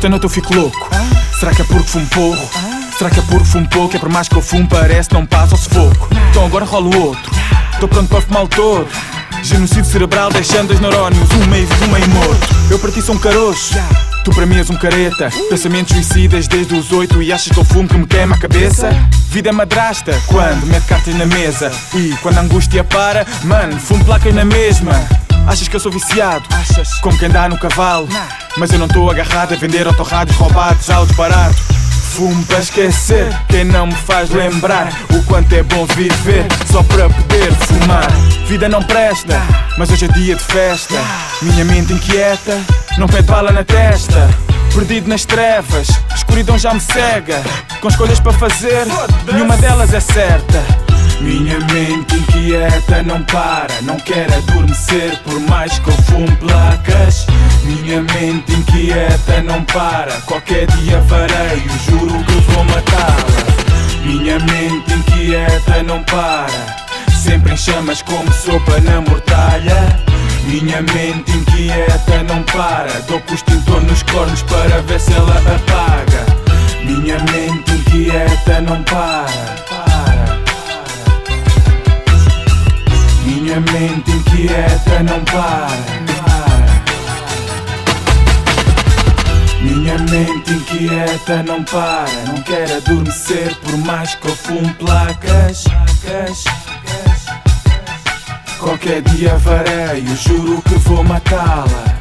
Esta noite eu fico louco. Será que é porque fumo porro? Será que é porque fumo pouco? É por mais que eu fumo parece não passa o sufoco. Então agora rolo outro. Tô pronto para fumar o todo. Genocídio cerebral deixando os neurónios um meio vivo, um meio morto. Eu para ti sou um caroço, tu para mim és um careta. Pensamentos suicidas desde os 8 e achas que eu fumo que me queima a cabeça? Vida é madrasta quando mete cartas na mesa. E quando a angústia para, mano, fumo placas na mesma. Achas que eu sou viciado? Achas? Como quem dá no cavalo. Mas eu não tô agarrado a vender autorrádios roubados ao disparado. Fumo para esquecer quem não me faz lembrar o quanto é bom viver só para poder fumar. Vida não presta, mas hoje é dia de festa. Minha mente inquieta, não pede bala na testa. Perdido nas trevas, escuridão já me cega. Com escolhas para fazer, nenhuma delas é certa. Minha mente inquieta não para, não quer adormecer por mais que eu fume placas. Minha mente inquieta não para, qualquer dia farei, eu juro que vou matá-la. Minha mente inquieta não para, sempre em chamas como sopa na mortalha. Minha mente inquieta não para, dou com o extintor nos cornos para ver se ela apaga. Minha mente inquieta não para. Minha mente inquieta não para. Minha mente inquieta não para, não quer adormecer por mais que eu fume placas. Qualquer dia varei, eu juro que vou matá-la.